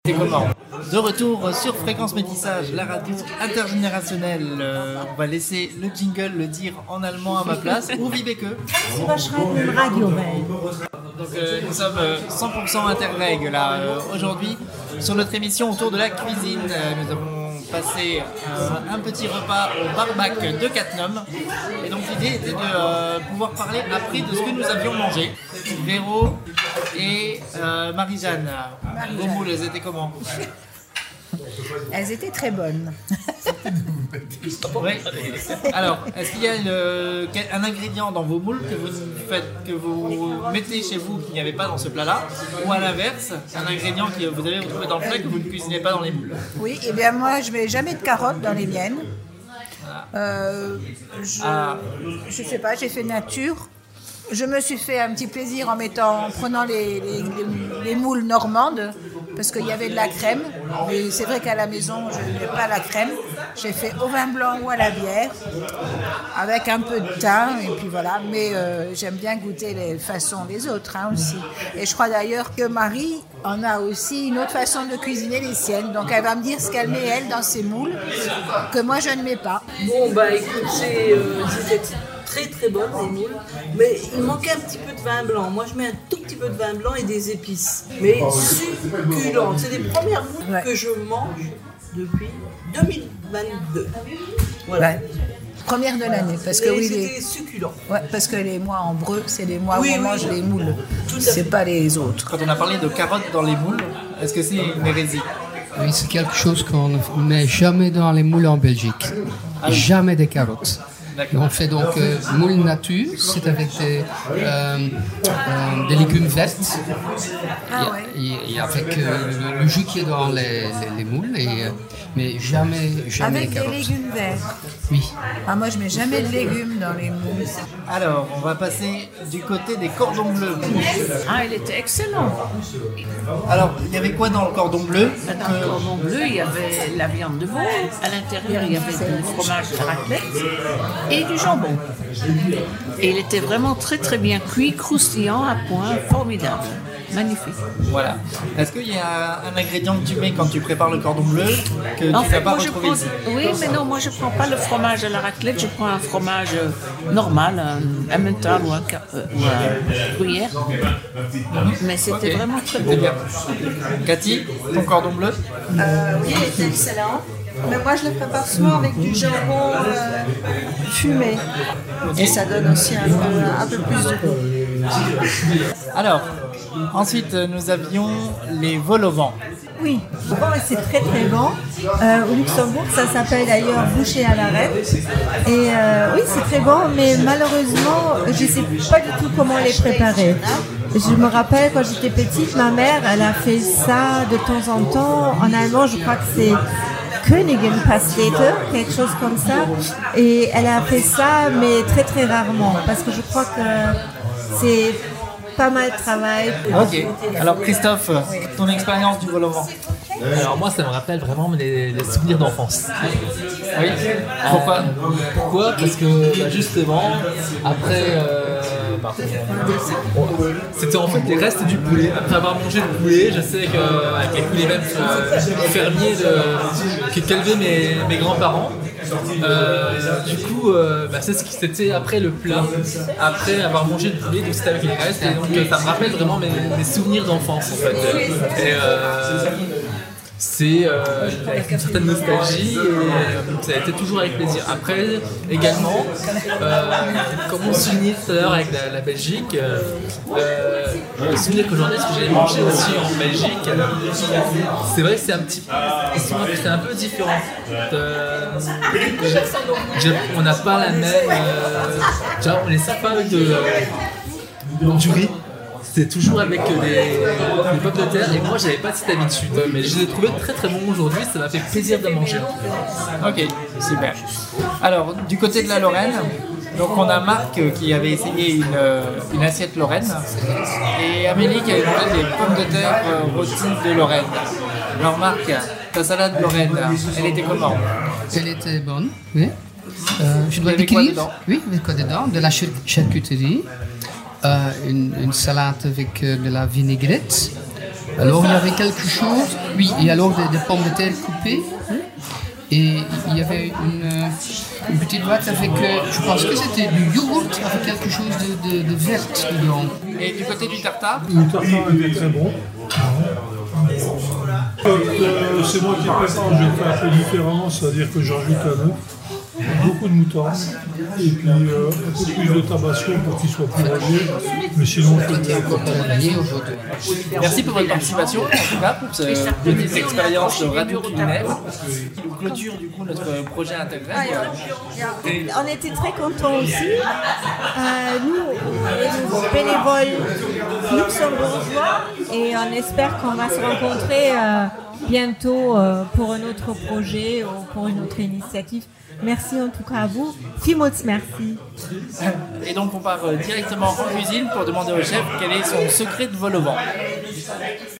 C'est comment? De retour sur Fréquence Métissage, la radio intergénérationnelle. On va laisser le jingle le dire en allemand à ma place. Ou Vibeke. Donc nous sommes 100% interreg là aujourd'hui sur notre émission autour de la cuisine. Nous avons passé un petit repas au barbac de Cattenom. Et donc l'idée était de pouvoir parler après de ce que nous avions mangé. Véro et Marie-Jeanne, vos moules, elles étaient comment? Elles étaient très bonnes. Oui. Alors, est-ce qu'il y a un ingrédient dans vos moules que vous mettez chez vous qu'il n'y avait pas dans ce plat-là, ou à l'inverse, un ingrédient que vous avez retrouvé dans le plat que vous ne cuisinez pas dans les moules? Oui, et bien moi je mets jamais de carottes dans les miennes. Je sais pas, j'ai fait nature. Je me suis fait un petit plaisir en prenant les moules normandes, parce qu'il y avait de la crème. Mais c'est vrai qu'à la maison, je ne mets pas la crème. J'ai fait au vin blanc ou à la bière, avec un peu de thym, et puis voilà. Mais j'aime bien goûter les façons des autres aussi. Et je crois d'ailleurs que Marie en a aussi une autre façon de cuisiner les siennes. Donc elle va me dire ce qu'elle met, elle, dans ses moules, que moi je ne mets pas. Bon, bah écoutez, c'était très très bonne les moules, mais il manquait un petit peu de vin blanc. Moi je mets un tout petit peu de vin blanc et des épices, mais succulentes. C'est les premières moules que je mange depuis 2022. Voilà. Ouais. Première de l'année, parce que c'était succulent. Ouais, parce que les mois en breu, c'est les mois où on mange les moules. C'est pas les autres. Quand on a parlé de carottes dans les moules, est-ce que c'est une hérésie? Oui, c'est quelque chose qu'on ne met jamais dans les moules en Belgique. Jamais des carottes. On fait donc moule nature, c'est avec des légumes verts et avec le jus qui est dans les moules, mais jamais avec des carottes. Avec des légumes verts? Oui. Moi je mets jamais de légumes dans les moules. Alors, on va passer du côté des cordons bleus. Il était excellent. Alors, il y avait quoi dans le cordon bleu? Dans le cordon bleu, il y avait la viande de veau. À l'intérieur, il y avait du fromage de raclette et du jambon. Et il était vraiment très très bien cuit, croustillant, à point, formidable. Magnifique. Voilà. Est-ce qu'il y a un ingrédient que tu mets quand tu prépares le cordon bleu que tu n'as pas retrouvé ici? Oui, mais non, moi je ne prends pas le fromage à la raclette, je prends un fromage normal, un emmental ou un gruyère. Mais c'était vraiment très bon. Bien. Cathy, ton cordon bleu? Oui, il était excellent. Mais moi, je le prépare souvent avec du jambon fumé. Et ça donne aussi un peu plus de goût. Alors, ensuite, nous avions les vols au vent. Oui, bon, c'est très très bon. Au Luxembourg, ça s'appelle d'ailleurs boucher à l'arête. Et oui, c'est très bon, mais malheureusement, je ne sais pas du tout comment les préparer. Je me rappelle quand j'étais petite, ma mère, elle a fait ça de temps en temps. En allemand, je crois que c'est Königinpastete, quelque chose comme ça. Et elle a fait ça, mais très très rarement, parce que je crois que c'est pas mal de travail. Ok. Alors Christophe, ton expérience du vol au vent? Alors moi, ça me rappelle vraiment les souvenirs d'enfance. Oui. Pourquoi? Parce que justement, après, c'était en fait les restes du poulet. Après avoir mangé le poulet, je sais qu'avec les mêmes fermiers qu'élevaient mes grands-parents. Du coup, c'est ce qui c'était après le plat, après avoir mangé le poulet, donc c'était avec les restes. Et donc ça me rappelle vraiment mes souvenirs d'enfance en fait. Et c'est avec une certaine nostalgie et ça a été toujours avec plaisir. Après, également, comme on soulignait tout à l'heure avec la Belgique, le souvenir que j'en ai, parce que j'ai mangé aussi en Belgique, c'est vrai que c'est un peu différent. On n'a pas la même... on les sert pas avec du riz. C'est toujours avec des pommes de terre et moi j'avais pas cette habitude, mais je les ai trouvés très très bons aujourd'hui, ça m'a fait plaisir de manger. Ok, super. Alors du côté de la Lorraine, donc on a Marc qui avait essayé une assiette lorraine et Amélie qui avait mangé des pommes de terre rôties de Lorraine. Alors Marc, ta salade lorraine, elle était comment? Elle était bonne, oui. Je dois décrire. Oui, avec quoi dedans? De la charcuterie. Une salade avec de la vinaigrette, Alors il y avait quelque chose, oui, et alors des pommes de terre coupées. Et il y avait une petite boîte avec, je pense que c'était du yogourt avec quelque chose de vert dedans. Et du côté du tartare? Le tartare était très bon. C'est moi qui prépare, je le fais un peu différemment, c'est-à-dire que j'ajoute un œuf, beaucoup de moutarde, et puis un peu plus de tabasco pour qu'il soit plus relevé. Mais sinon, je fais encore aujourd'hui. Merci pour votre participation, en tout cas, pour cette petite expérience de radio culinaire qui nous clôture du coup notre projet intégré. On était très contents aussi. Nous, les bénévoles luxembourgeois, et on espère qu'on va se rencontrer bientôt pour un autre projet ou pour une autre initiative. Merci en tout cas à vous. Fimots, merci. Et donc on part directement en cuisine pour demander au chef quel est son secret de vol au vent.